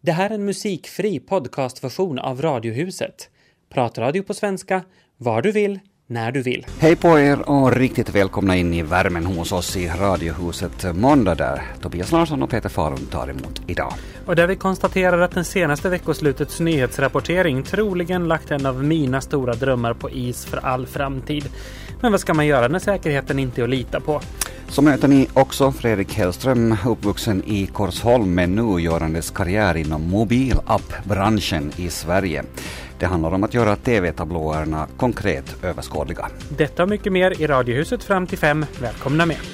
Det här är en musikfri podcastversion av Radiohuset. Pratradio på svenska, var du vill, när du vill. Hej på er och riktigt välkomna in i värmen hos oss i Radiohuset måndag där Tobias Larsson och Peter Farun tar emot idag. Och där vi konstaterar att den senaste veckoslutets nyhetsrapportering troligen lagt en av mina stora drömmar på is för all framtid. Men vad ska man göra när säkerheten inte är att lita på? Så möter ni också Fredrik Hellström, uppvuxen i Korsholm men nu görandes karriär inom mobilappbranschen i Sverige. Det handlar om att göra tv-tablåerna konkret överskådliga. Detta och mycket mer i Radiohuset fram till 5. Välkomna med!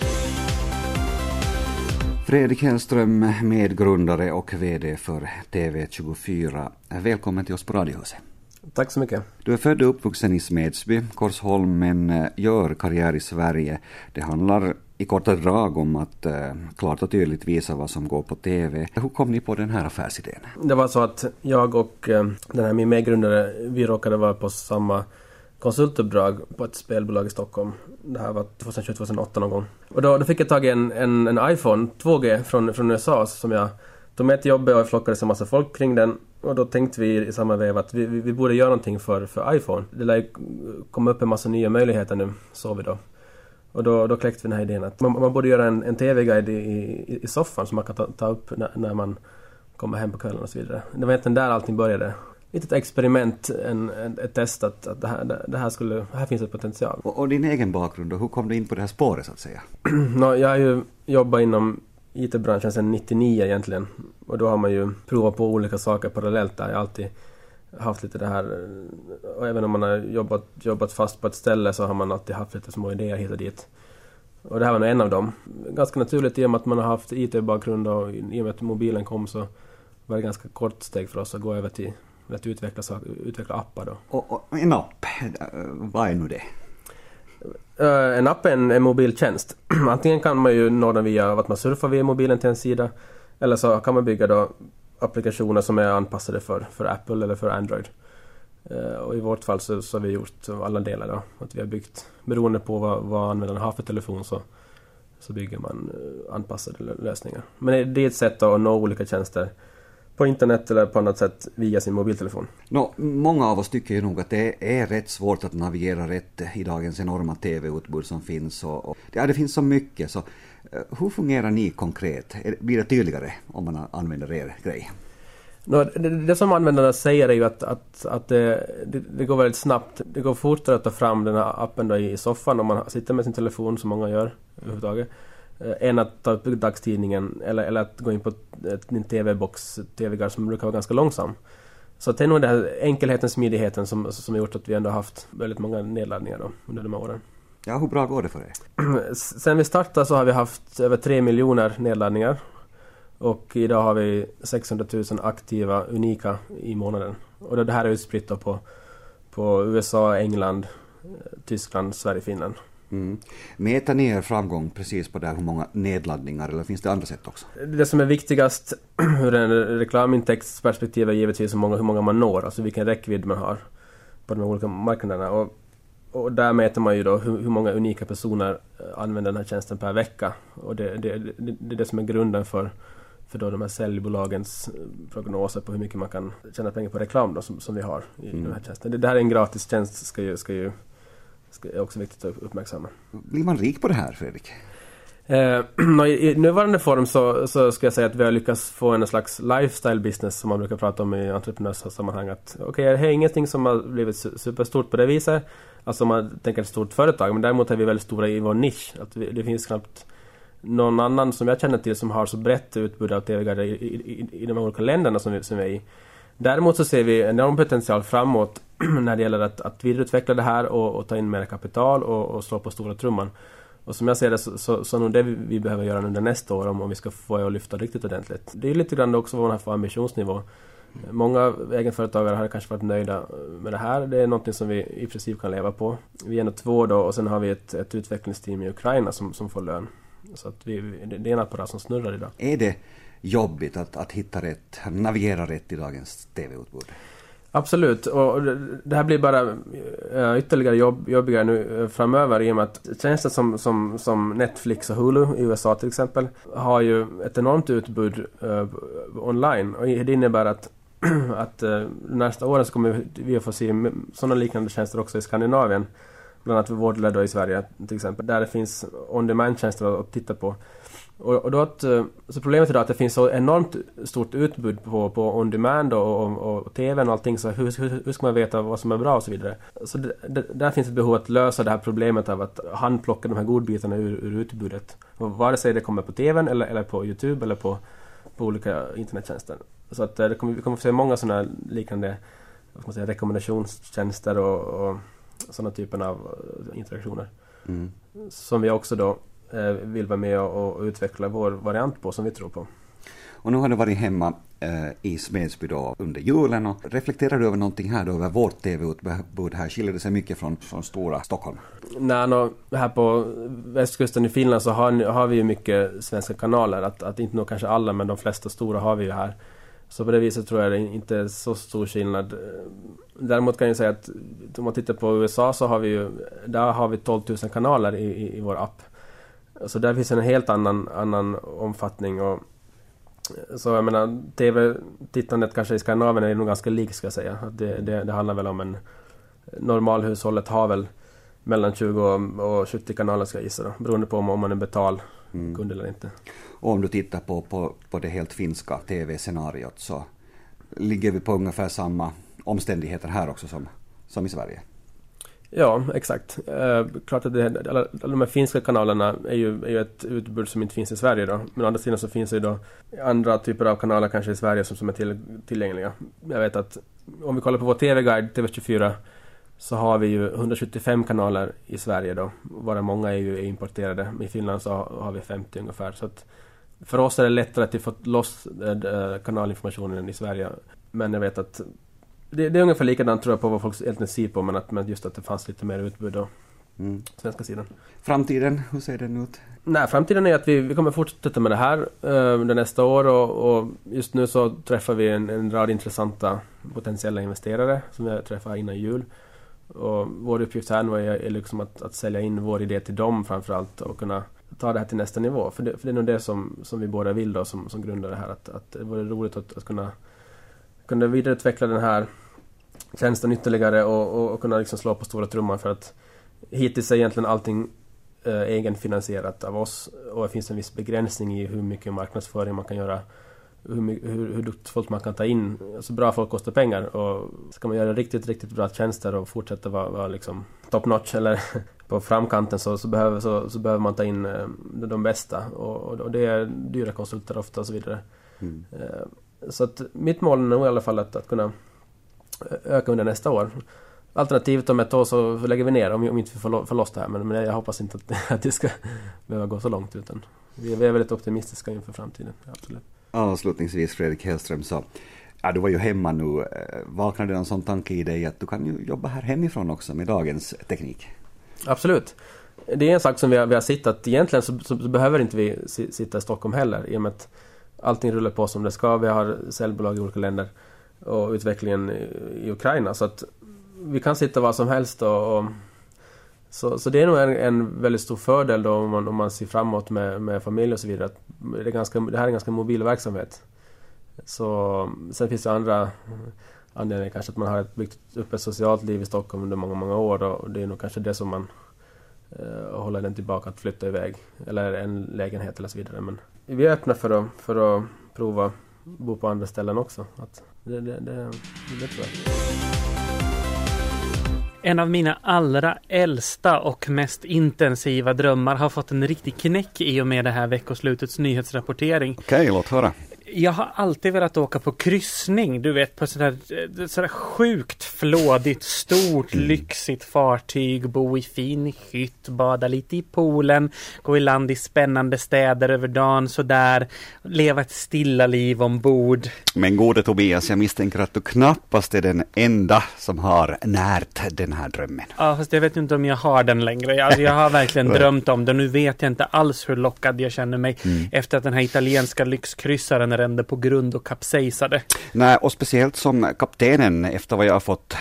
Fredrik Hellström, medgrundare och vd för TV24. Välkommen till oss på Radiohuset. Tack så mycket. Du är född och uppvuxen i Smedsby, Korsholm, men gör karriär i Sverige. Det handlar i korta drag om att klart och tydligt visa vad som går på tv. Hur kom ni på den här affärsidén? Det var så att jag och den här min medgrundare, vi råkade vara på samma konsultuppdrag på ett spelbolag i Stockholm. Det här var 2007-2008 någon gång. Och då fick jag tag i en iPhone 2G från USA som jag tog med till jobbet och flockades en massa folk kring den. Och då tänkte vi i samma vev att vi borde göra någonting för iPhone. Det lär komma upp en massa nya möjligheter nu, så vi då. Och då kläckte vi den här idén att man borde göra en tv-guide i soffan som man kan ta upp när man kommer hem på kvällen och så vidare. Det var egentligen där allting började. Ett experiment, ett test att här finns ett potential. Och din egen bakgrund då, hur kom du in på det här spåret så att säga? Jag har ju jobbat inom IT-branschen sedan 99 egentligen. Och då har man ju provat på olika saker parallellt där. Jag har alltid haft lite det här, och även om man har jobbat fast på ett ställe så har man alltid haft lite små idéer hit och dit. Och det här var nog en av dem. Ganska naturligt i och med att man har haft IT-bakgrund och i och med att mobilen kom så var det ganska kort steg för oss att gå över till att utveckla appar då. Och en app, vad är nu det? En app är en mobiltjänst. Antingen kan man ju nå den via att man surfar via mobilen till en sida, eller så kan man bygga då applikationer som är anpassade för Apple eller för Android. Och i vårt fall så har vi gjort alla delar då. Att vi har byggt, beroende på vad användaren har för telefon så bygger man anpassade lösningar. Men det är ett sätt att nå olika tjänster på internet eller på annat sätt via sin mobiltelefon. Många av oss tycker ju nog att det är rätt svårt att navigera rätt i dagens enorma tv-utbud som finns. Det finns så mycket. Så hur fungerar ni konkret? Blir det tydligare om man använder er grej? Det som användarna säger är ju att det går väldigt snabbt. Det går fortare att ta fram den här appen då i soffan om man sitter med sin telefon som många gör överhuvudtaget. Än att ta upp dagstidningen eller att gå in på en tv-box, tv-guide som brukar vara ganska långsam. Så det är nog den här enkelheten, smidigheten som har gjort att vi ändå har haft väldigt många nedladdningar då, under de här åren. Ja, hur bra går det för er? Sen vi startade så har vi haft över 3 miljoner nedladdningar. Och idag har vi 600 000 aktiva, unika i månaden. Och det här är utspritt på USA, England, Tyskland, Sverige, Finland. Mäter ni er framgång precis på det, hur många nedladdningar, eller finns det andra sätt också? Det som är viktigast ur en reklamintäktsperspektiv är givetvis hur många man når, alltså vilken räckvidd man har på de olika marknaderna. Och där mäter man ju då hur många unika personer använder den här tjänsten per vecka. Och det är det som är grunden för då de här säljbolagens prognoser på hur mycket man kan tjäna pengar på reklam då, som vi har i den här tjänsten. Det här är en gratis tjänst, ska är också viktigt att uppmärksamma. Blir man rik på det här, Fredrik? I nuvarande form så ska jag säga att vi har lyckats få en slags lifestyle business som man brukar prata om i entreprenörssammanhang. Det är ingenting som har blivit superstort på det viset. Alltså man tänker ett stort företag, men däremot är vi väldigt stora i vår nisch. Det finns knappt någon annan som jag känner till som har så brett utbud av tv-guider i de olika länderna som vi är i. Däremot så ser vi enorm potential framåt när det gäller att vidareutveckla det här och ta in mer kapital och slå på stora trumman. Och som jag ser det så är nog det vi behöver göra under nästa år om vi ska få att lyfta riktigt ordentligt. Det är lite grann också vad man har för ambitionsnivå. Många egenföretagare har kanske varit nöjda med det här. Det är något som vi i princip kan leva på. Vi är ändå 2 då, och sen har vi ett utvecklingsteam i Ukraina som får lön. Så att det är en apparat som snurrar idag. Är det jobbigt att hitta rätt, navigera rätt i dagens tv-utbud? Absolut, och det här blir bara ytterligare jobbigare nu framöver i och med att tjänster som Netflix och Hulu i USA till exempel har ju ett enormt utbud online, och det innebär att nästa åren så kommer vi att få se sådana liknande tjänster också i Skandinavien, bland annat för Vårdled i Sverige till exempel, där det finns on-demand-tjänster att titta på. Och då så problemet är då att det finns så enormt stort utbud på on-demand och tvn och allting, så hur ska man veta vad som är bra och så vidare. Så där finns ett behov att lösa det här problemet av att handplocka de här godbitarna ur utbudet. Och vare sig det kommer på tvn eller på YouTube eller på olika internettjänster. Så att vi kommer få se många sådana liknande rekommendationstjänster och sådana typer av interaktioner. Som vi också då vill vara med och utveckla vår variant på, som vi tror på. Och nu har du varit hemma i Smedsby då under julen, och reflekterar du över någonting här då, över vårt tv-utbud här? Skiljer det sig mycket från stora Stockholm? Nej, här på västkusten i Finland så har vi ju mycket svenska kanaler, att inte nog kanske alla, men de flesta stora har vi ju här. Så på det viset tror jag det inte är så stor skillnad. Däremot kan jag säga att om man tittar på USA så har vi 12 000 kanaler i vår app. Så där finns en helt annan omfattning, och så jag menar, tv-tittandet kanske i Skandinavien är nog ganska lik, ska jag säga. Det handlar väl om normalhushållet har väl mellan 20 och 70 kanaler, ska jag gissa då, beroende på om man är kund eller inte. Och om du tittar på det helt finska tv-scenariot, så ligger vi på ungefär samma omständigheter här också som i Sverige. Ja, exakt. Klart att alla de här finska kanalerna är ju ett utbud som inte finns i Sverige då. Men å andra sidan så finns det ju då andra typer av kanaler kanske i Sverige som är tillgängliga. Jag vet att om vi kollar på vår TV-guide, TV24, så har vi ju 175 kanaler i Sverige då. Varav många är ju importerade. I Finland så har vi 50 ungefär. Så att för oss är det lättare att vi får loss kanalinformationen i Sverige. Men jag vet att det är ungefär likadant, tror jag, på vad folk egentligen ser på, men just att det fanns lite mer utbud då. Svenska sidan. Framtiden, hur ser den ut? Nej, framtiden är att vi kommer fortsätta med det här under nästa år, och just nu så träffar vi en rad intressanta potentiella investerare som jag träffar innan jul. Och vår uppgift här nu är liksom att sälja in vår idé till dem framförallt, och kunna ta det här till nästa nivå. För det är nog det som vi båda vill då, som grundar det här, att det vore roligt att kunna vidareutveckla den här tjänsten ytterligare och kunna liksom slå på stora trumman, för att hittills är egentligen allting egenfinansierat av oss, och det finns en viss begränsning i hur mycket marknadsföring man kan göra, hur duktigt folk man kan ta in. Alltså bra folk kostar pengar, och ska man göra riktigt, riktigt bra tjänster och fortsätta vara liksom top notch eller på framkanten, så behöver man ta in de bästa, och det är dyra konsulter ofta och så vidare. Så att mitt mål är nog i alla fall att kunna öka under nästa år. Alternativt om ett år så lägger vi ner, om inte vi får loss det här. Men jag hoppas inte att det ska behöva gå så långt, utan vi är väldigt optimistiska inför framtiden. Absolut. Avslutningsvis, Fredrik Hellström, så du var ju hemma nu. Vaknade någon sån tanke i dig att du kan ju jobba här hemifrån också med dagens teknik? Absolut. Det är en sak som vi har sett, att egentligen så behöver inte vi sitta i Stockholm heller, i och med att allting rullar på som det ska. Vi har säljbolag i olika länder och utvecklingen i Ukraina, så att vi kan sitta var som helst så det är nog en väldigt stor fördel då, om man ser framåt med familj och så vidare, att det här är en ganska mobil verksamhet. Så sen finns det andra anledningar, kanske att man har byggt upp ett socialt liv i Stockholm under många, många år, och det är nog kanske det som man håller den tillbaka att flytta iväg, eller en lägenhet eller så vidare. Men vi är öppna för att prova bo på andra ställen också. Att det tror jag. En av mina allra äldsta och mest intensiva drömmar har fått en riktig knäck i och med det här veckoslutets nyhetsrapportering. Okej, låt höra. Jag har alltid velat åka på kryssning, du vet, på sådär sjukt flådigt, stort, lyxigt fartyg, bo i fin hytt, bada lite i poolen, gå i land i spännande städer över dagen, sådär, leva ett stilla liv ombord. Men gode Tobias, jag misstänker att du knappast är den enda som har närt den här drömmen. Ja, fast jag vet inte om jag har den längre. Alltså, jag har verkligen drömt om det. Nu vet jag inte alls hur lockad jag känner mig efter att den här italienska lyxkryssaren närände på grund och kapsejsade. Nej, och speciellt som kaptenen, efter vad jag har fått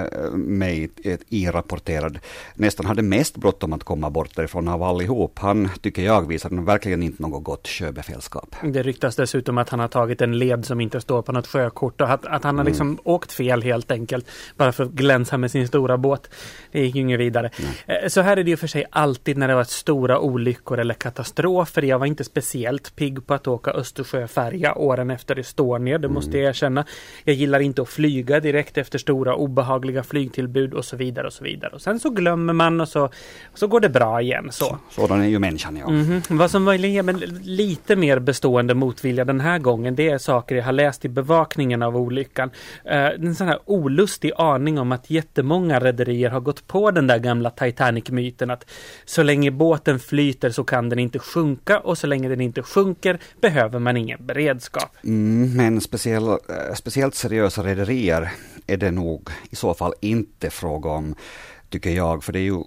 mig irapporterad, nästan hade mest bråttom att komma bort därifrån av allihop. Han, tycker jag, visade verkligen inte något gott sjöbefälskap. Det ryktas dessutom att han har tagit en led som inte står på något sjökort och att han har liksom åkt fel helt enkelt, bara för att glänsa med sin stora båt. Det gick ju inget vidare. Så här är det ju för sig alltid när det var stora olyckor eller katastrofer. Jag var inte speciellt pigg på att åka Östersjöfärja åren efter Estonia, det måste jag erkänna. Jag gillar inte att flyga direkt efter stora obehagliga flygtillbud och så vidare och så vidare. Och sen så glömmer man och så går det bra igen. Sådan är ju människan, ja. Vad som var lite mer bestående motvilja den här gången, det är saker jag har läst i bevakningen av olyckan. En sån här olustig aning om att jättemånga rederier har gått på den där gamla Titanic-myten att så länge båten flyter så kan den inte sjunka och så länge den inte sjunker behöver man ingen beredskap. Men speciellt seriösa rederier är det nog i så fall inte fråga om, tycker jag, för det är ju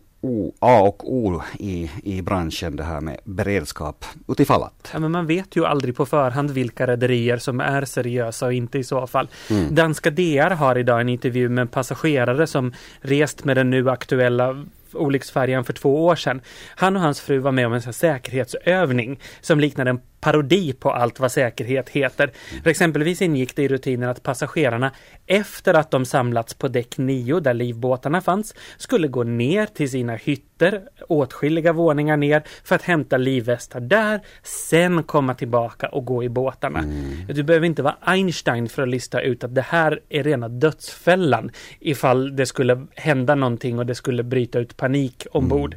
A och O i branschen, det här med beredskap utifall att. Ja, men man vet ju aldrig på förhand vilka rederier som är seriösa och inte i så fall. Danska DR har idag en intervju med en passagerare som rest med den nu aktuella olycksfärjan för 2 år sedan. Han och hans fru var med om en sån säkerhetsövning som liknar en parodi på allt vad säkerhet heter. För exempelvis ingick det i rutinen att passagerarna efter att de samlats på däck 9 där livbåtarna fanns skulle gå ner till sina hytter åtskilliga våningar ner för att hämta livvästar där, sen komma tillbaka och gå i båtarna. Du behöver inte vara Einstein för att lista ut att det här är rena dödsfällan ifall det skulle hända någonting och det skulle bryta ut panik ombord.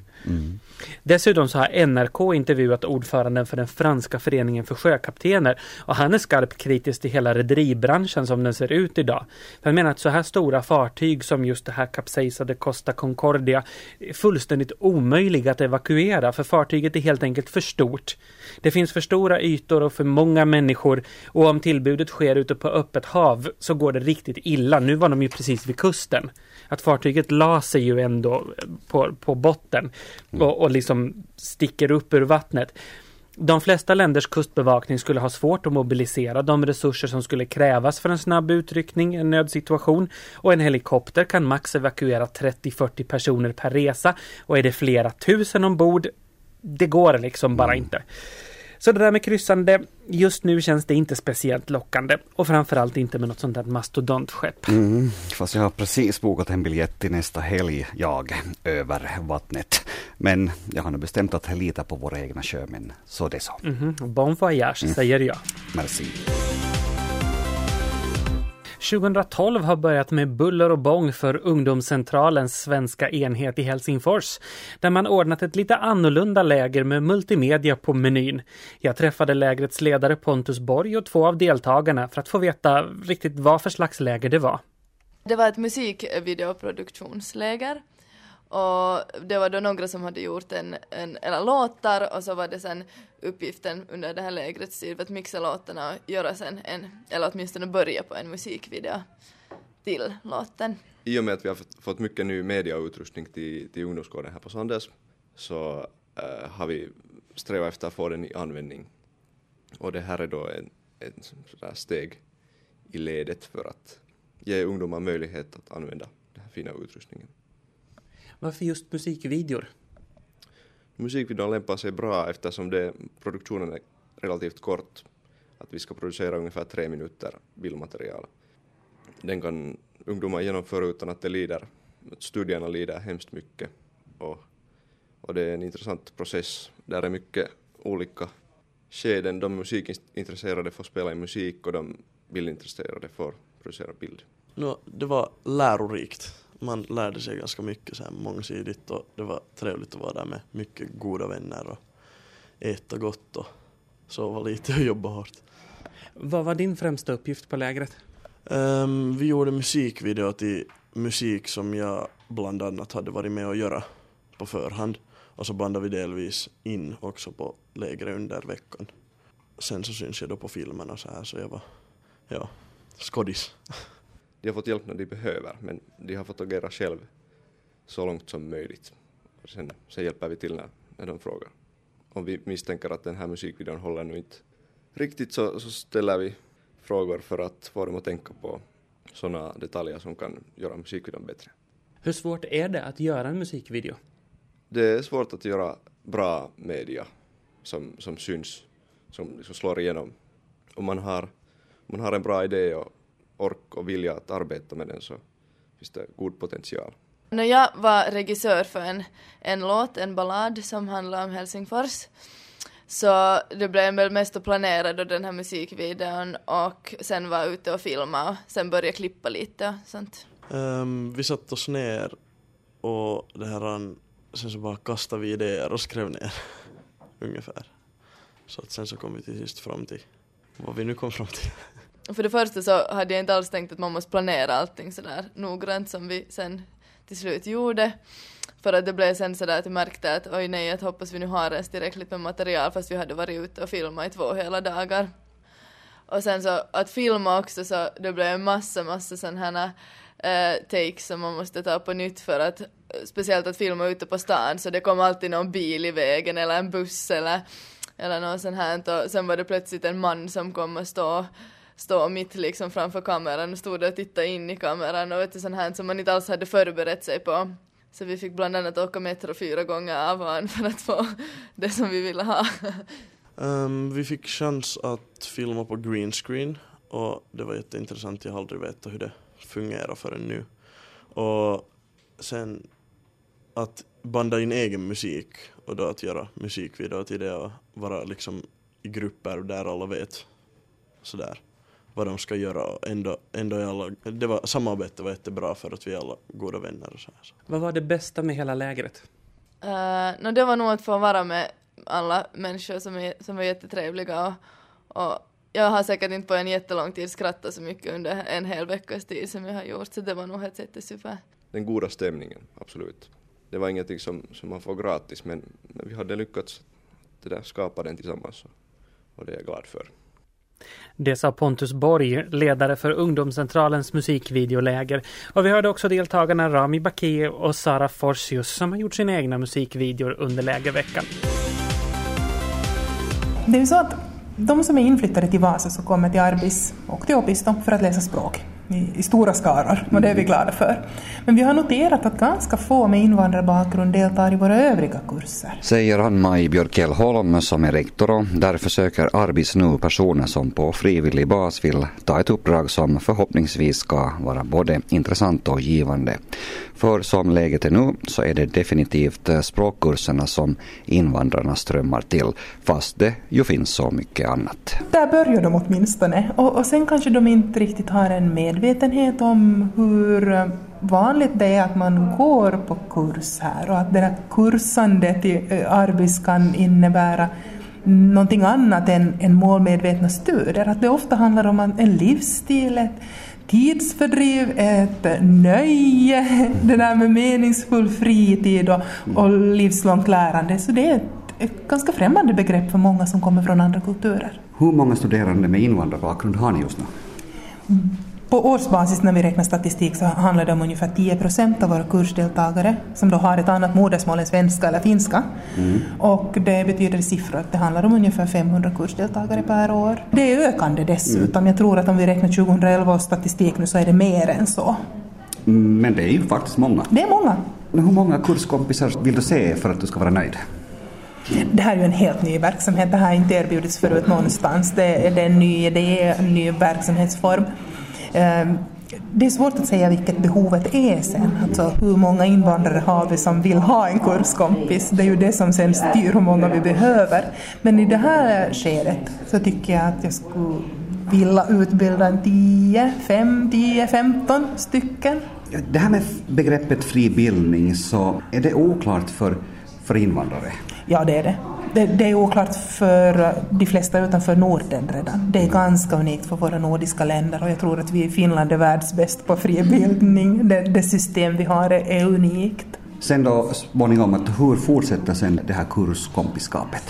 Dessutom så har NRK intervjuat ordföranden för den franska föreningen för sjökaptener och han är skarpt kritisk till hela rederibranschen som den ser ut idag. Han menar att så här stora fartyg som just det här kapsejsade Costa Concordia är fullständigt omöjliga att evakuera för fartyget är helt enkelt för stort. Det finns för stora ytor och för många människor och om tillbudet sker ute på öppet hav så går det riktigt illa. Nu var de ju precis vid kusten. Att fartyget la sig ju ändå på botten och liksom sticker upp ur vattnet. De flesta länders kustbevakning skulle ha svårt att mobilisera de resurser som skulle krävas för en snabb utryckning, en nödsituation. Och en helikopter kan max evakuera 30-40 personer per resa. Och är det flera tusen ombord, det går liksom bara inte. Så det där med kryssande, just nu känns det inte speciellt lockande. Och framförallt inte med något sånt där mastodontskepp. Fast jag har precis bokat en biljett till nästa helg, över vattnet. Men jag har nu bestämt att lita på våra egna sjömän. Så det är så. Bon voyage, säger jag. Merci. 2012 har börjat med buller och bång för ungdomscentralens svenska enhet i Helsingfors, där man ordnat ett lite annorlunda läger med multimedia på menyn. Jag träffade lägrets ledare Pontus Borg och 2 av deltagarna för att få veta riktigt vad för slags läger det var. Det var ett musikvideoproduktionsläger. Och det var då några som hade gjort eller låtar och så var det sen uppgiften under det här lägrets tid att mixa låtarna och göra sen eller åtminstone börja på en musikvideo till låten. I och med att vi har fått mycket ny mediautrustning till ungdomsgården här på Sandels så har vi strävat efter att få den i användning. Och det här är då en sådär steg i ledet för att ge ungdomar möjlighet att använda den här fina utrustningen. Varför just musikvideor? Musikvideon lämpar sig bra eftersom produktionen är relativt kort. Att vi ska producera ungefär 3 minuter bildmaterial. Den kan ungdomar genomföra utan att det lider. Studierna lider hemskt mycket. Och det är en intressant process. Där är mycket olika skeden. De musikintresserade får spela i musik och de bildintresserade får producera bild. Det var lärorikt. Man lärde sig ganska mycket så här mångsidigt och det var trevligt att vara där med mycket goda vänner och äta gott och sova lite och jobba hårt. Vad var din främsta uppgift på lägret? Vi gjorde musikvideo till musik som jag bland annat hade varit med att göra på förhand och så bandade vi delvis in också på lägret under veckan. Sen så syns jag då på filmen och så här så jag var skådis. De har fått hjälp när de behöver, men de har fått agera själv så långt som möjligt. Och sen hjälper vi till när de frågar. Om vi misstänker att den här musikvideon håller nu inte riktigt så ställer vi frågor för att få dem att tänka på sådana detaljer som kan göra musikvideon bättre. Hur svårt är det att göra en musikvideo? Det är svårt att göra bra media som syns, som liksom slår igenom. Om man har en bra idé och ork och vilja att arbeta med den så finns det god potential. När jag var regissör för en låt, en ballad som handlar om Helsingfors, så det blev väl mest att planera då den här musikvideon och sen var ute och filma och sen börja klippa lite och sånt. Vi satt oss ner och sen så bara kastade vi idéer och skrev ner ungefär. Så att sen så kom vi till sist fram till vad vi nu kom fram till. För det första så hade jag inte alls tänkt att man måste planera allting sådär noggrant som vi sen till slut gjorde. För att det blev sen sådär att jag märkte att oj nej, jag hoppas vi nu har ens tillräckligt med material fast vi hade varit ute och filmat i 2 hela dagar. Och sen så att filma också så det blev en massa sådana här takes som man måste ta på nytt för att speciellt att filma ute på stan så det kom alltid någon bil i vägen eller en buss eller något sånt här och sen var det plötsligt en man som kom och stå mitt liksom framför kameran och stod och tittade in i kameran och vet du, sånt här som man inte alls hade förberett sig på. Så vi fick bland annat åka metro 4 gånger av honom för att få det som vi ville ha. Vi fick chans att filma på green screen och det var jätteintressant. Jag har aldrig vetat hur det fungerar förrän nu. Och sen att banda in egen musik och då att göra musikvideo till det och vara liksom i grupper där alla vet sådär vad de ska göra och ändå är alla, samarbetet var jättebra för att vi är alla goda vänner och så här. Vad var det bästa med hela lägret? Det var nog att få vara med alla människor som var jättetrevliga och jag har säkert inte på en jättelång tid skrattat så mycket under en hel veckas tid som jag har gjort så det var nog helt jättesuper. Den goda stämningen, absolut. Det var ingenting som man får gratis men vi hade lyckats det där skapa den tillsammans och det är jag glad för. Det sa Pontus Borg, ledare för Ungdomscentralens musikvideoläger. Och vi hörde också deltagarna Rami Baki och Sara Forsius som har gjort sina egna musikvideor under lägerveckan. Det är ju så att de som är inflyttade till Vasa så kommer till Arbis och till Opisto för att läsa språk i stora skaror och det är vi glada för. Men vi har noterat att ganska få med invandrarbakgrund deltar i våra övriga kurser. Säger han Maj Björkell-Holm som är rektor och därför söker Arbis nu personer som på frivillig bas vill ta ett uppdrag som förhoppningsvis ska vara både intressant och givande. För som läget är nu så är det definitivt språkkurserna som invandrarna strömmar till fast det ju finns så mycket annat. Där börjar de åtminstone och sen kanske de inte riktigt har en medvetenhet om hur vanligt det är att man går på kurs här och att det där kursandet i Arbis kan innebära någonting annat än målmedvetna studier. Att det ofta handlar om en livsstil, ett tidsfördriv, ett nöje, det där med meningsfull fritid och livslångt lärande. Så det är ett ganska främmande begrepp för många som kommer från andra kulturer. Hur många studerande med invandrarbakgrund har ni just nu? På årsbasis när vi räknar statistik så handlar det om ungefär 10% av våra kursdeltagare som då har ett annat modersmål än svenska eller finska. Och det betyder i siffror att det handlar om ungefär 500 kursdeltagare per år. Det är ökande dessutom. Jag tror att om vi räknar 2011 års statistik nu så är det mer än så. Men det är ju faktiskt många. Det är många. Men hur många kurskompisar vill du se för att du ska vara nöjd? Det här är ju en helt ny verksamhet. Det här har inte erbjudits förut någonstans. Det är en ny idé, en ny verksamhetsform. Det är svårt att säga vilket behovet är sen. Alltså hur många invandrare har vi som vill ha en kurskompis. Det är ju det som sen styr hur många vi behöver. Men i det här skedet så tycker jag att jag skulle vilja utbilda 10-15 stycken. Det här med begreppet fri bildning så är det oklart för invandrare. Ja, det är det. Det är oklart för de flesta utanför Norden redan. Det är ganska unikt för våra nordiska länder och jag tror att vi i Finland är världsbäst på fri bildning. Det system vi har är unikt. Sen då småningom, att hur fortsätter sen det här kurskompiskapet?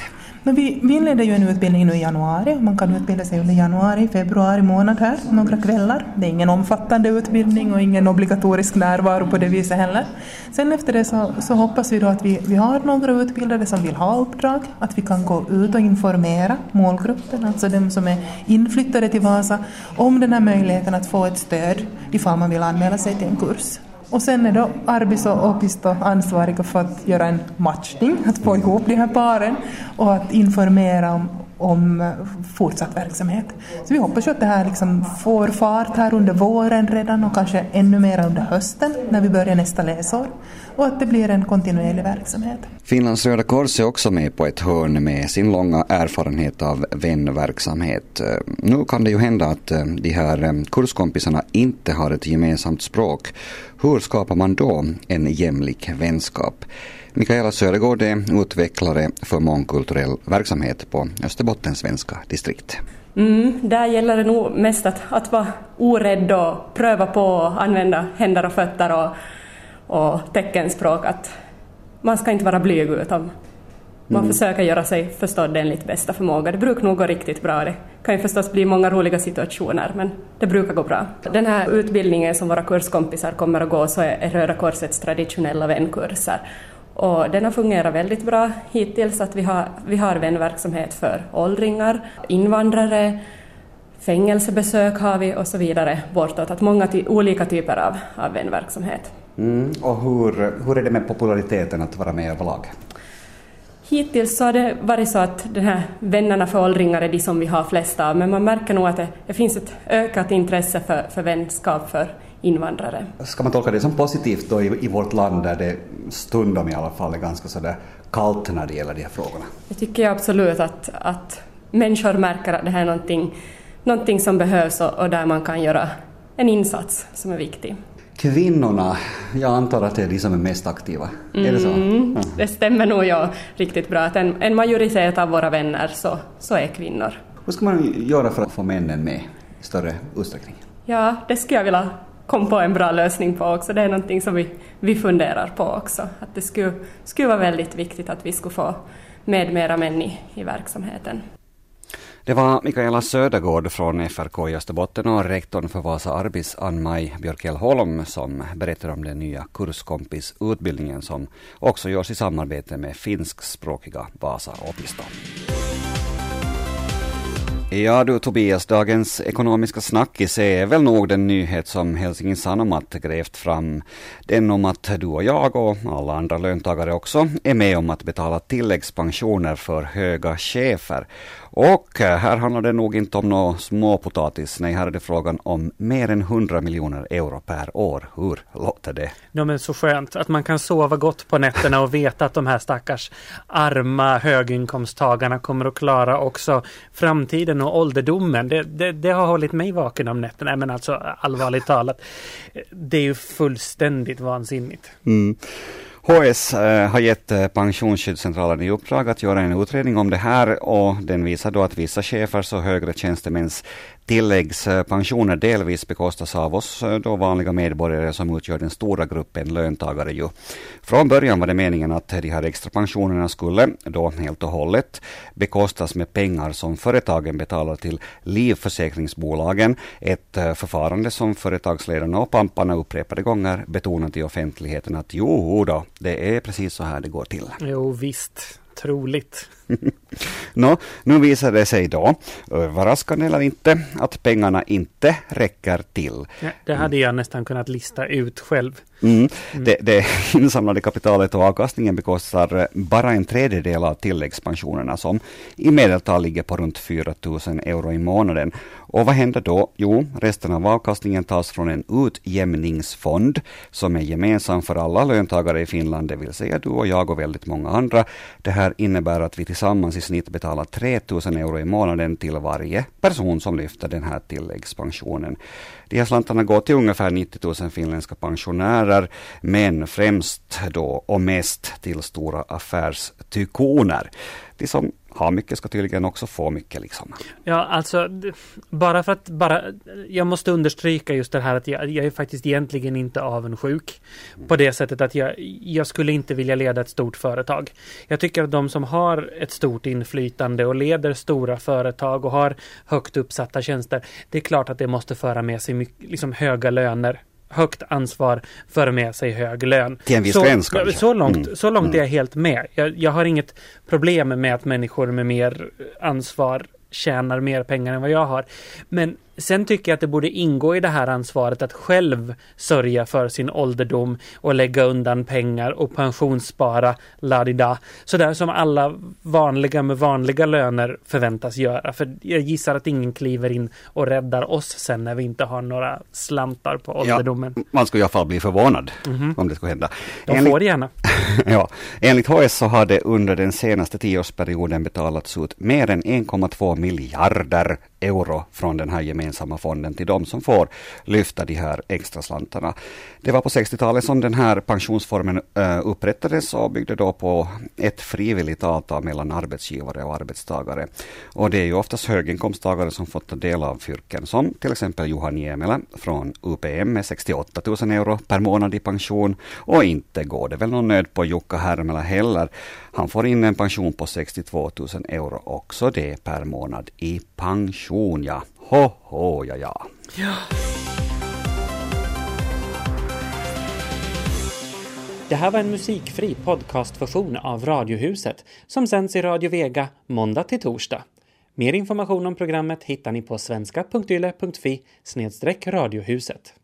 Vi inleder ju en utbildning nu i januari. Man kan utbilda sig under januari, februari månad här, några kvällar. Det är ingen omfattande utbildning och ingen obligatorisk närvaro på det viset heller. Sen efter det så hoppas vi då att vi har några utbildade som vill ha uppdrag, att vi kan gå ut och informera målgruppen, alltså de som är inflyttade till Vasa, om den här möjligheten att få ett stöd ifall man vill anmäla sig till en kurs. Och sen är då Arbis och Opisto ansvariga för att göra en matchning, att få ihop de här paren och att informera om fortsatt verksamhet. Så vi hoppas ju att det här liksom får fart här under våren redan och kanske ännu mer under hösten när vi börjar nästa läsår. Och att det blir en kontinuerlig verksamhet. Finlands Röda Kors är också med på ett hörn med sin långa erfarenhet av vänverksamhet. Nu kan det ju hända att de här kurskompisarna inte har ett gemensamt språk. Hur skapar man då en jämlik vänskap? Mikaela Södergård är utvecklare för mångkulturell verksamhet på Österbottens svenska distrikt. Där gäller det nog mest att vara orädd och pröva på att använda händer och fötter och teckenspråk. Att man ska inte vara blyg utan man försöker göra sig förstådd enligt bästa förmåga. Det brukar nog gå riktigt bra. Det kan ju förstås bli många roliga situationer, men det brukar gå bra. Den här utbildningen som våra kurskompisar kommer att gå så är Röda Korsets traditionella vänkurser. Och den har fungerat väldigt bra hittills, att vi har vänverksamhet för åldringar, invandrare, fängelsebesök har vi och så vidare bortåt. Att många olika typer av vänverksamhet. Och hur är det med populariteten att vara med överlag? Hittills så har det varit så att den här vännerna för åldringar är de som vi har flest av, men man märker nog att det finns ett ökat intresse för vänskap för invandrare. Ska man tolka det som positivt då i vårt land där det stundom i alla fall är ganska sådär kallt när det gäller de här frågorna? Jag tycker absolut att människor märker att det här är någonting som behövs och där man kan göra en insats som är viktig. Kvinnorna, jag antar att det är de som är mest aktiva. Är det så? Det stämmer nog riktigt bra. Att en majoritet av våra vänner så är kvinnor. Vad ska man göra för att få männen med i större utsträckning? Ja, det skulle jag vilja komma på en bra lösning på också. Det är någonting som vi funderar på också. Att det skulle vara väldigt viktigt att vi skulle få med mera män i verksamheten. Det var Mikaela Södergård från FRK i Österbotten och rektorn för Vasa Arbis Ann-Maj Björkell-Holm som berättar om den nya kurskompisutbildningen som också görs i samarbete med finskspråkiga Vasa Opisto. Ja du Tobias, dagens ekonomiska snackis är väl nog den nyhet som Helsingin Sanomat grävt fram. Den om att du och jag och alla andra löntagare också är med om att betala tilläggspensioner för höga chefer. Och här handlar det nog inte om några småpotatis. Nej, här är det frågan om mer än 100 miljoner euro per år. Hur låter det? Ja, men så skönt att man kan sova gott på nätterna och veta att de här stackars arma höginkomsttagarna kommer att klara också framtiden och ålderdomen. Det har hållit mig vaken om nätterna. Men alltså allvarligt talat, det är ju fullständigt vansinnigt. HS har gett pensionsskyddscentralen i uppdrag att göra en utredning om det här och den visar då att vissa chefers och högre tjänstemäns tilläggspensioner delvis bekostas av oss då vanliga medborgare som utgör den stora gruppen löntagare ju. Från början var det meningen att de här extra pensionerna skulle då helt och hållet bekostas med pengar som företagen betalar till livförsäkringsbolagen. Ett förfarande som företagsledarna och pamparna upprepade gånger betonat i offentligheten att jo då, det är precis så här det går till. Jo visst, troligt. Nu visar det sig då, överraskande eller inte, att pengarna inte räcker till. Ja, det hade jag nästan kunnat lista ut själv. Det insamlade kapitalet och avkastningen bekostar bara en tredjedel av tilläggspensionerna som i medeltal ligger på runt 4 000 euro i månaden. Och vad händer då? Jo, resten av avkastningen tas från en utjämningsfond som är gemensam för alla löntagare i Finland, det vill säga du och jag och väldigt många andra. Det här innebär att vi tillsammans i snitt betalar 3 000 euro i månaden till varje person som lyfter den här tilläggspensionen. De här slantarna går till ungefär 90 000 finländska pensionärer, men främst då och mest till stora affärstykoner. De som ha mycket ska tydligen också få mycket liksom. Ja, alltså jag måste understryka just det här att jag är faktiskt egentligen inte avundsjuk på det sättet att jag skulle inte vilja leda ett stort företag. Jag tycker att de som har ett stort inflytande och leder stora företag och har högt uppsatta tjänster, det är klart att det måste föra med sig mycket, liksom höga löner. Högt ansvar för med sig hög lön. Till en viss gräns kanske. Så långt är jag helt med. Jag har inget problem med att människor med mer ansvar tjänar mer pengar än vad jag har. Men sen tycker jag att det borde ingå i det här ansvaret att själv sörja för sin ålderdom och lägga undan pengar och pensionsspara ladida. Sådär som alla vanliga med vanliga löner förväntas göra. För jag gissar att ingen kliver in och räddar oss sen när vi inte har några slantar på ålderdomen. Ja, man skulle i alla fall bli förvånad om det skulle hända. Får det gärna. Ja, enligt HS så har det under den senaste 10-årsperioden betalats ut mer än 1,2 miljarder euro från den här gemensamma fonden till de som får lyfta de här extra slantarna. Det var på 60-talet som den här pensionsformen upprättades och byggde då på ett frivilligt avtal mellan arbetsgivare och arbetstagare. Och det är ju oftast höginkomsttagare som fått ta del av fyrken, som till exempel Johan Niemelä från UPM med 68 000 euro per månad i pension, och inte går det väl någon nöd på Jukka Härmälä heller. Han får in en pension på 62 000 euro också det per månad i pension, ja. Ja. Det här var en musikfri podcastversion av Radiohuset som sänds i Radio Vega måndag till torsdag. Mer information om programmet hittar ni på svenska.yle.fi/radiohuset.